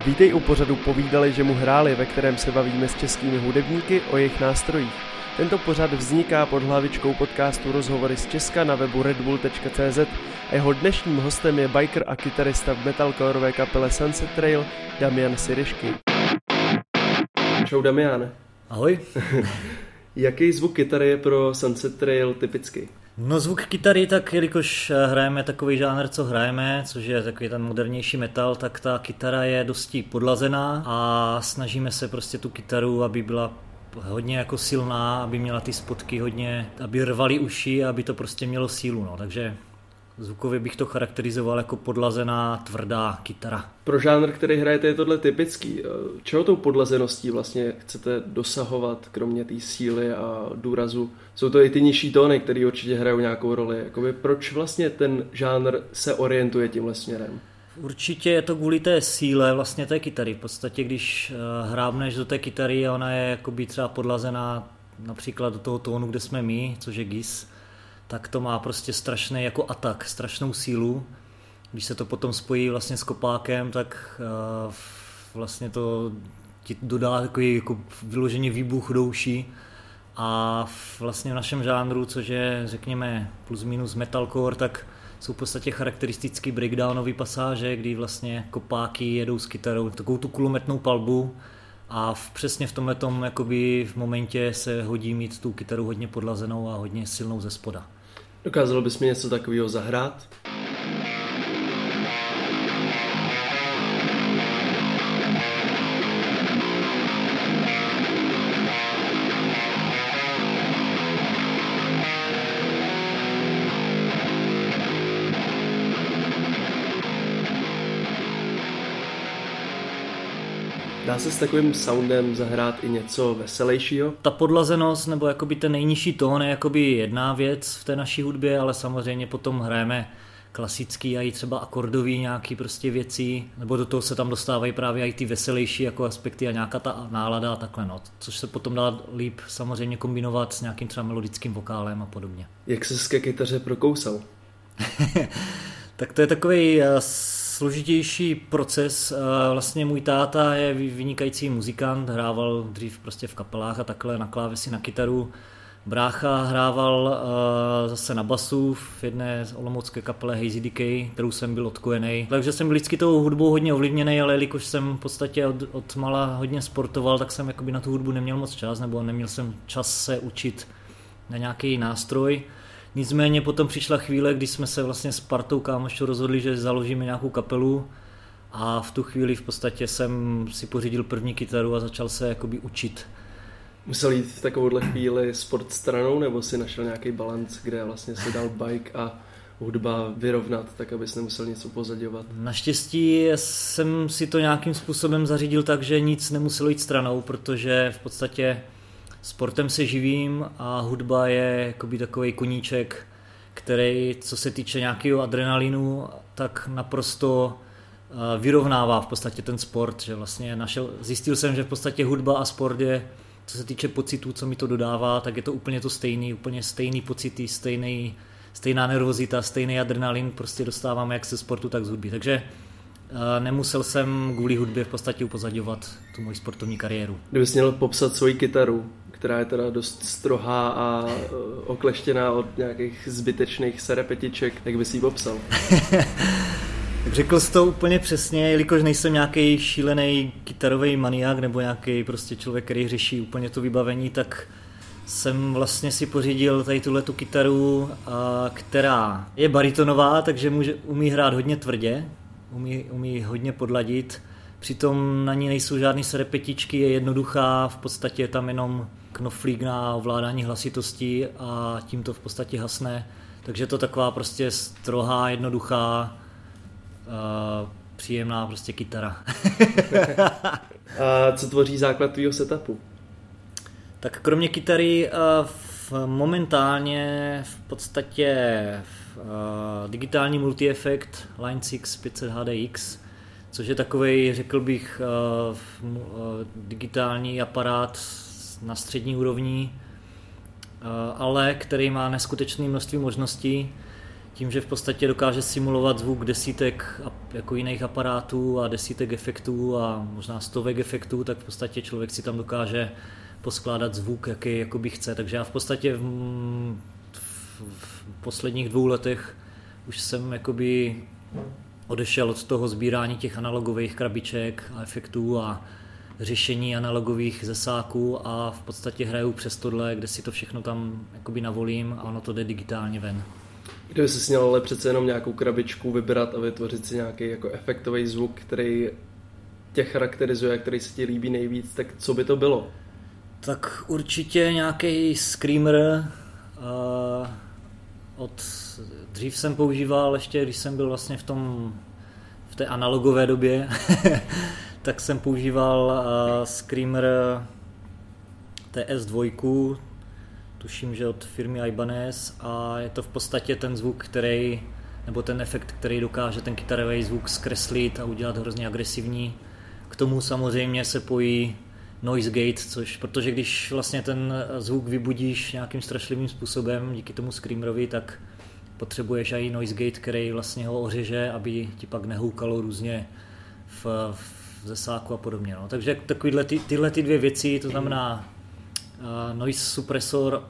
Vítej u pořadu Povídali, že mu hráli, ve kterém se bavíme s českými hudebníky o jejich nástrojích. Tento pořad vzniká pod hlavičkou podcastu Rozhovory z Česka na webu redbull.cz a jeho dnešním hostem je biker a kytarista v metalcoreové kapele Sunset Trail Damian Sirišky. Čau Damiane. Ahoj. Jaký zvuk kytary je pro Sunset Trail typický? No zvuk kytary, tak jelikož hrajeme takový žánr, co hrajeme, což je takový ten modernější metal, tak ta kytara je dosti podlazená a snažíme se prostě tu kytaru, aby byla hodně jako silná, aby měla ty spotky hodně, aby rvaly uši a aby to prostě mělo sílu, no, takže zvukově bych to charakterizoval jako podlazená, tvrdá kytara. Pro žánr, který hrajete, je tohle typický. Čeho tou podlazeností vlastně chcete dosahovat, kromě té síly a důrazu? Jsou to i ty nižší tóny, které určitě hrajou nějakou roli. Jakoby proč vlastně ten žánr se orientuje tímhle směrem? Určitě je to kvůli té síle vlastně té kytary. V podstatě, když hrábneš do té kytary a ona je jakoby třeba podlazená například do toho tónu, kde jsme my, což je gis, tak to má prostě strašný jako atak, strašnou sílu. Když se to potom spojí vlastně s kopákem, tak vlastně to ti dodá takový jako vyloženě výbuch do uší. A vlastně v našem žánru, což je řekněme plus minus metalcore, tak jsou v podstatě charakteristický breakdownové pasáže, kdy vlastně kopáky jedou s kytarou takovou tu kulometnou palbu a přesně v tomhletom jakoby v momentě se hodí mít tu kytaru hodně podlazenou a hodně silnou ze spoda. Dokázalo bys mi něco takového zahrát? Dá se s takovým soundem zahrát i něco veselějšího? Ta podlazenost nebo jakoby ten nejnižší tón je jakoby jedna věc v té naší hudbě, ale samozřejmě potom hrajeme klasický a i třeba akordový nějaký prostě věci, nebo do toho se tam dostávají právě i ty veselější jako aspekty a nějaká ta nálada a takhle, no, což se potom dá líp samozřejmě kombinovat s nějakým třeba melodickým vokálem a podobně. Jak ses ke kytaře prokousal? Tak to je takový složitější proces. Vlastně můj táta je vynikající muzikant, hrával dřív prostě v kapelách a takhle na klávesi, na kytaru. Brácha hrával zase na basu v jedné z olomoucké kapele Hazy Decay, kterou jsem byl odkojený. Takže jsem byl vždycky tou hudbou hodně ovlivněný, ale jelikož jsem v podstatě od mala hodně sportoval, tak jsem jakoby na tu hudbu neměl moc čas, nebo neměl jsem čas se učit na nějaký nástroj. Nicméně potom přišla chvíle, kdy jsme se vlastně s partou kámošů rozhodli, že založíme nějakou kapelu a v tu chvíli v podstatě jsem si pořídil první kytaru a začal se jakoby učit. Musel jít v takovouhle chvíli sport stranou, nebo si našel nějaký balanc, kde vlastně si dal bike a hudba vyrovnat, tak abys nemusel nic upozadňovat? Naštěstí jsem si to nějakým způsobem zařídil tak, že nic nemuselo jít stranou, protože v podstatě sportem se živím a hudba je jakoby takovej koníček, který, co se týče nějakého adrenalinu, tak naprosto vyrovnává v podstatě ten sport, že vlastně zjistil jsem, že v podstatě hudba a sport je, co se týče pocitů, co mi to dodává, tak je to úplně to stejný, úplně stejný pocity, stejná nervozita, stejný adrenalin prostě dostávám jak ze sportu, tak z hudby. Takže nemusel jsem kvůli hudbě v podstatě upozadňovat tu moji sportovní kariéru. Kdybys měl popsat svoji kytaru, která je teda dost strohá a okleštěná od nějakých zbytečných serepetiček, jak bys ji popsal? Tak řekl jsi to úplně přesně, jelikož nejsem nějaký šílený kytarový maniak nebo nějaký prostě člověk, který řeší úplně to vybavení, tak jsem vlastně si pořídil tady tuhletu kytaru, která je baritonová, takže umí hrát hodně tvrdě, umí hodně podladit. Přitom na ní nejsou žádný serepetičky, je jednoduchá, v podstatě je tam jenom knoflík na ovládání hlasitosti a tím to v podstatě hasne. Takže to taková prostě strohá, jednoduchá, příjemná prostě kytara. A co tvoří základ tvýho setupu? Tak kromě kytary momentálně v podstatě digitální multi-efekt Line 6 500 HDX, což je takovej, řekl bych, digitální aparát na střední úrovni, ale který má neskutečné množství možností. tím, že v podstatě dokáže simulovat zvuk desítek jako jiných aparátů a desítek efektů a možná stovek efektů, tak v podstatě člověk si tam dokáže poskládat zvuk, jaký jakoby chce. Takže já v podstatě v posledních 2 letech už jsem jakoby odešel od toho sbírání těch analogových krabiček a efektů a řešení analogových zesáků a v podstatě hraju přes tohle, kde si to všechno tam jakoby navolím a ono to jde digitálně ven. Kdyby si měl ale přece jenom nějakou krabičku vybrat a vytvořit si nějaký jako efektový zvuk, který tě charakterizuje, který se ti líbí nejvíc, tak co by to bylo? Tak určitě nějaký screamer. Dřív jsem používal, ještě když jsem byl vlastně v té analogové době, tak jsem používal screamer TS2, tuším, že od firmy Ibanez, a je to v podstatě ten zvuk, nebo ten efekt, který dokáže ten kytarový zvuk zkreslit a udělat hrozně agresivní. K tomu samozřejmě se pojí noise gate, protože když vlastně ten zvuk vybudíš nějakým strašlivým způsobem díky tomu screamerovi, tak potřebuješ i noise gate, který vlastně ho ořeže, aby ti pak nehoukalo různě v zesáku a podobně. No. Takže tyhle 2 věci, to znamená noise suppressor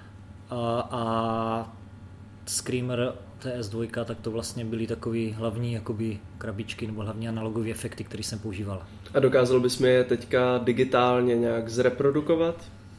a screamer TS2, tak to vlastně byly takový hlavní jakoby krabičky nebo hlavní analogové efekty, které jsem používal. A dokázal bys mi je teďka digitálně nějak zreprodukovat?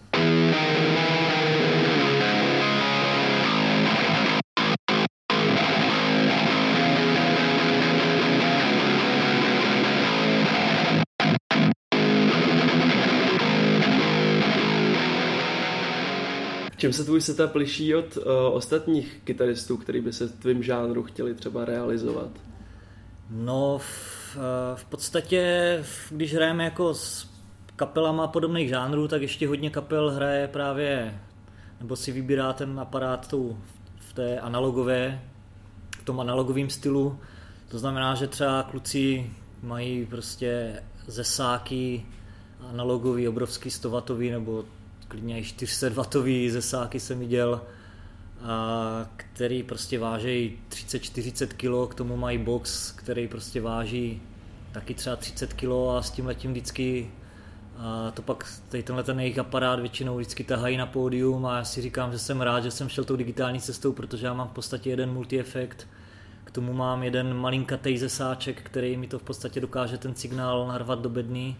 Čím se tvůj setup liší od ostatních kytaristů, který by se v tvým žánru chtěli třeba realizovat? No, v podstatě, když hrajeme jako s kapelama podobných žánrů, tak ještě hodně kapel hraje právě, nebo si vybírá ten aparát v té analogové, v tom analogovém stylu. To znamená, že třeba kluci mají prostě zesáky analogový, obrovský 100W nebo klidně i 400W zesáky jsem viděl, který prostě váží 30-40 kg, k tomu mají box, který prostě váží taky třeba 30 kg a s tímhletím vždycky to pak tenhle ten jejich aparát většinou vždycky tahají na pódium a já si říkám, že jsem rád, že jsem šel tou digitální cestou, protože já mám v podstatě jeden multi-efekt, k tomu mám jeden malinkatej zesáček, který mi to v podstatě dokáže ten signál narvat do bedny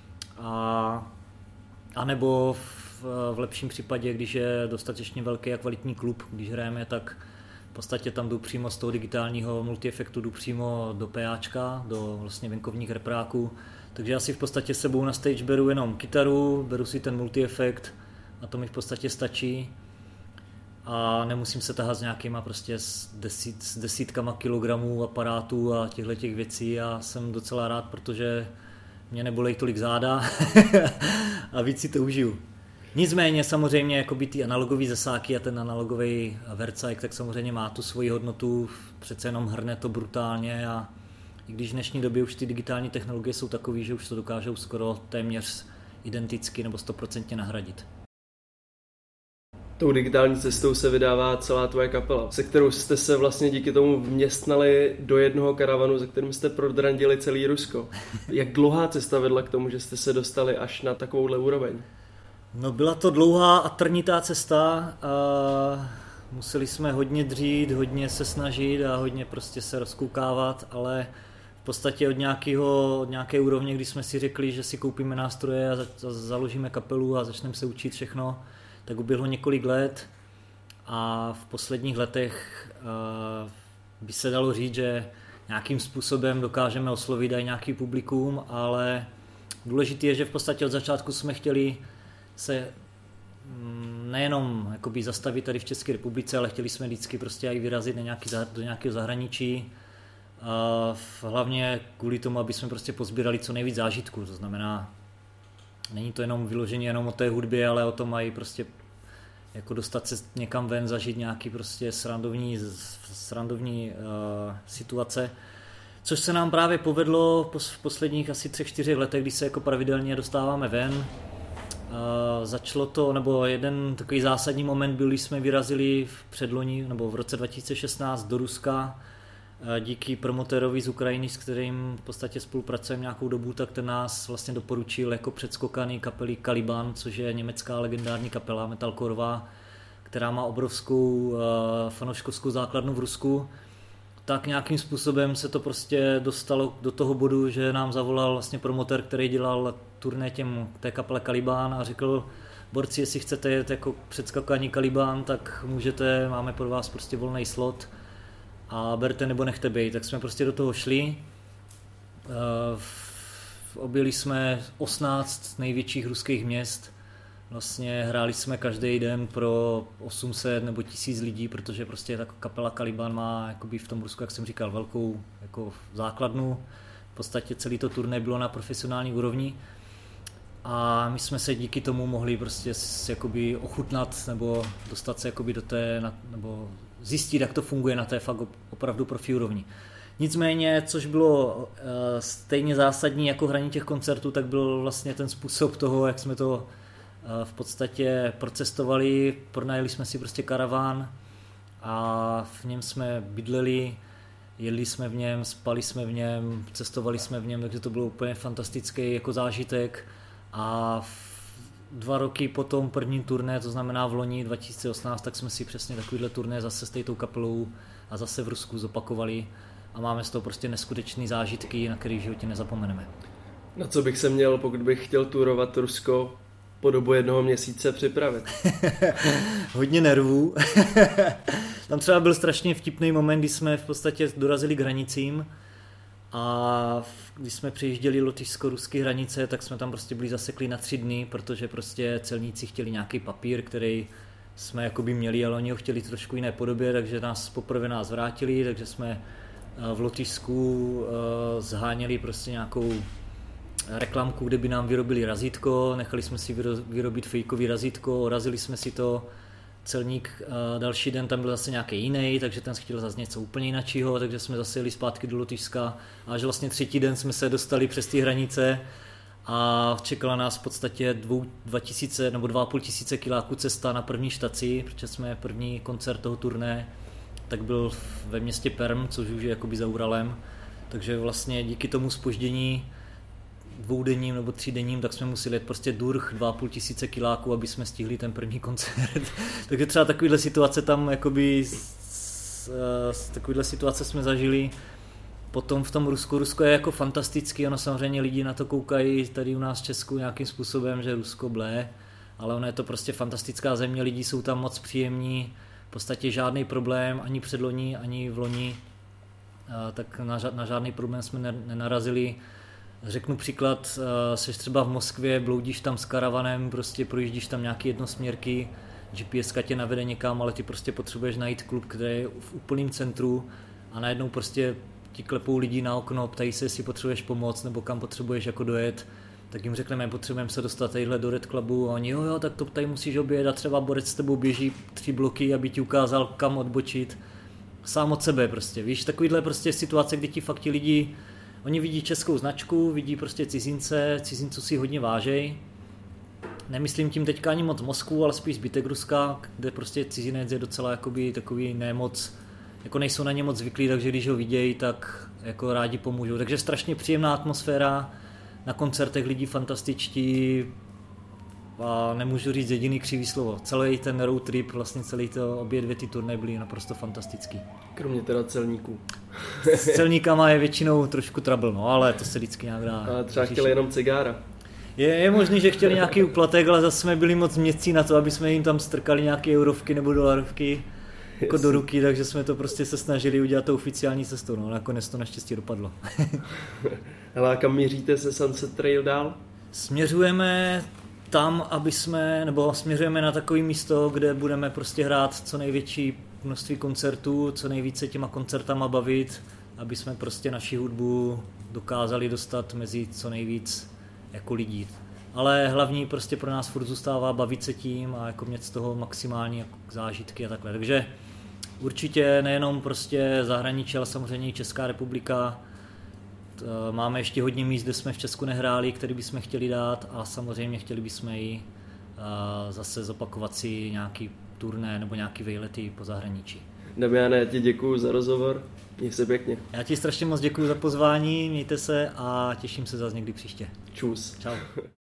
a nebo v lepším případě, když je dostatečně velký a kvalitní klub, když hrajeme, tak v podstatě tam jdu přímo z toho digitálního multi-efektu, jdu přímo do PAčka, do vlastně venkovních repráků. Takže já si v podstatě sebou na stage beru jenom kytaru, beru si ten multi-efekt a to mi v podstatě stačí. A nemusím se tahat s nějakýma prostě s desítkama kilogramů aparátů a těchto věcí a jsem docela rád, protože mě nebolej tolik záda a víc si to užiju. Nicméně samozřejmě jakoby ty analogový zesáky a ten analogový vercajk, tak samozřejmě má tu svoji hodnotu, přece jenom hrne to brutálně a i když v dnešní době už ty digitální technologie jsou takové, že už to dokážou skoro téměř identicky nebo 100% nahradit. Tou digitální cestou se vydává celá tvoje kapela, se kterou jste se vlastně díky tomu vměstnali do jednoho karavanu, se kterým jste prodrandili celý Rusko. Jak dlouhá cesta vedla k tomu, že jste se dostali až na takovouhle úroveň? No byla to dlouhá a trnitá cesta a museli jsme hodně dřít, hodně se snažit a hodně prostě se rozkoukávat, ale v podstatě od nějaké úrovně, kdy jsme si řekli, že si koupíme nástroje a založíme kapelu a začneme se učit všechno, tak uběhlo několik let a v posledních letech by se dalo říct, že nějakým způsobem dokážeme oslovit i nějaký publikum, ale důležité je, že v podstatě od začátku jsme chtěli se nejenom jakoby zastavit tady v České republice, ale chtěli jsme vždycky prostě i vyrazit do nějakého zahraničí. Hlavně kvůli tomu, aby jsme prostě pozbírali co nejvíc zážitků. To znamená, není to jenom vyložení jenom o té hudbě, ale o tom mají prostě jako dostat se někam ven, zažít nějaký prostě srandovní situace. Což se nám právě povedlo v posledních asi 3-4 letech, když se jako pravidelně dostáváme ven. Začalo to, nebo jeden takový zásadní moment byl, když jsme vyrazili v předloni, nebo v roce 2016 do Ruska, díky promotérovi z Ukrajiny, s kterým v podstatě spolupracujeme nějakou dobu, tak ten nás vlastně doporučil jako předskokaný kapely Caliban, což je německá legendární kapela metalcoreová, která má obrovskou fanouškovskou základnu v Rusku. Tak nějakým způsobem se to prostě dostalo do toho bodu, že nám zavolal vlastně promotér, který dělal turné té kapele Caliban a řekl: borci, jestli chcete jet jako předskakání Caliban, tak můžete, máme pro vás prostě volný slot a berte nebo nechte bejt. Tak jsme prostě do toho šli. Objeli jsme 18 největších ruských měst. Vlastně hráli jsme každý den pro 800 nebo 1000 lidí, protože prostě ta kapela Caliban má jakoby v tom Rusku, jak jsem říkal, velkou jako základnu. V podstatě celý to turné bylo na profesionální úrovni a my jsme se díky tomu mohli prostě jakoby ochutnat nebo dostat se jakoby do té, nebo zjistit, jak to funguje na té fakt opravdu profi úrovni. Nicméně, což bylo stejně zásadní jako hraní těch koncertů, tak byl vlastně ten způsob toho, jak jsme to v podstatě procestovali, pronajeli jsme si prostě karaván a v něm jsme bydleli, jedli jsme v něm, spali jsme v něm, cestovali jsme v něm, takže to bylo úplně fantastický jako zážitek a 2 roky po tom prvním turné, to znamená v loni 2018, tak jsme si přesně takovýhle turné zase s tou kapelou a zase v Rusku zopakovali a máme z toho prostě neskutečný zážitky, na který v životě nezapomeneme. Na co bych se měl, pokud bych chtěl turovat Rusko, po dobu 1 měsíce připravit? Hodně nervů. Tam třeba byl strašně vtipný moment, kdy jsme v podstatě dorazili k hranicím a když jsme přejížděli lotyšsko-ruské hranice, tak jsme tam prostě byli zasekli na 3 dny, protože prostě celníci chtěli nějaký papír, který jsme jakoby měli, ale oni ho chtěli trošku jiné podobě, takže poprvé nás vrátili, takže jsme v Lotyšsku zháněli prostě nějakou reklamku, kde by nám vyrobili razítko, nechali jsme si vyrobit fejkový razítko, orazili jsme si to, celník další den tam byl zase nějaký jiný, takže ten chtěl zase něco úplně jiného, takže jsme zase jeli zpátky do Lotyšska a až vlastně 3. den jsme se dostali přes ty hranice a čekala nás v podstatě 2000 nebo 2500 kiláků cesta na první štaci, protože jsme první koncert toho turné, tak byl ve městě Perm, což už je jakoby za Uralem, takže vlastně díky tomu zpoždění 2denním nebo 3denním, tak jsme museli jet prostě durch 2500 kiláků, aby jsme stihli ten první koncert. Takže třeba takovýhle situace tam jakoby takovýhle situace jsme zažili. Potom v tom Rusko je jako fantastický, ono samozřejmě lidi na to koukají tady u nás v Česku nějakým způsobem, že Rusko blé, ale ono je to prostě fantastická země, lidi jsou tam moc příjemní, v podstatě žádný problém, ani předloni, ani v loni, tak na žádný problém jsme nenarazili. Řeknu příklad, seš třeba v Moskvě, bloudíš tam s karavanem, prostě projíždíš tam nějaké jednosměrky, GPS tě navede někam, ale ty prostě potřebuješ najít klub, který je v úplném centru a najednou prostě ti klepou lidi na okno, ptají se, jestli potřebuješ pomoc nebo kam potřebuješ jako dojet, tak jim řekneme, potřebujeme se dostat tadyhle do Red Clubu a oni jo, tak to tady musíš objet a třeba borec s tebou běží 3 bloky, aby ti ukázal, kam odbočit. Sám od sebe prostě, víš, takovýhle prostě situace, kdy ti fakt ti lidi, oni vidí českou značku, vidí prostě cizinců si hodně vážej. Nemyslím tím teďka ani moc Moskvu, ale spíš zbytek Ruska, kde prostě cizinec je docela jakoby takový nemoc, jako nejsou na ně moc zvyklí, takže když ho vidějí, tak jako rádi pomůžou. Takže strašně příjemná atmosféra, na koncertech lidi fantastičtí a nemůžu říct jediný křivý slovo. Celý ten road trip, vlastně obě 2 ty turné byly naprosto fantastický. Kromě teda celníků. S celníkama je většinou trošku trouble, no, ale to se vždycky nějak dá. Ale třeba chtěli jenom cigára. Je možný, že chtěli nějaký úplatek, ale zase jsme byli moc městcí na to, aby jsme jim tam strkali nějaké eurovky nebo dolarovky jako do ruky, takže jsme to prostě se snažili udělat to oficiální cestou, no, nakonec to naštěstí dopadlo. Hele, a kam míříte se Sunset Trail dál? Směřujeme tam, směřujeme na takové místo, kde budeme prostě hrát co největší množství koncertů, co nejvíce těma koncertama bavit, aby jsme prostě naši hudbu dokázali dostat mezi co nejvíc jako lidí. Ale hlavní prostě pro nás furt zůstává bavit se tím a jako mít z toho maximální jako zážitky a takhle. Takže určitě nejenom prostě zahraničí, ale samozřejmě i Česká republika. Máme ještě hodně míst, kde jsme v Česku nehráli, který bychom chtěli dát a samozřejmě chtěli bychom i zase zopakovat si nějaký turné nebo nějaký výlety po zahraničí. Damiane, já ti děkuju za rozhovor, měj se pěkně. Já ti strašně moc děkuju za pozvání, mějte se a těším se zase někdy příště. Čus. Čau.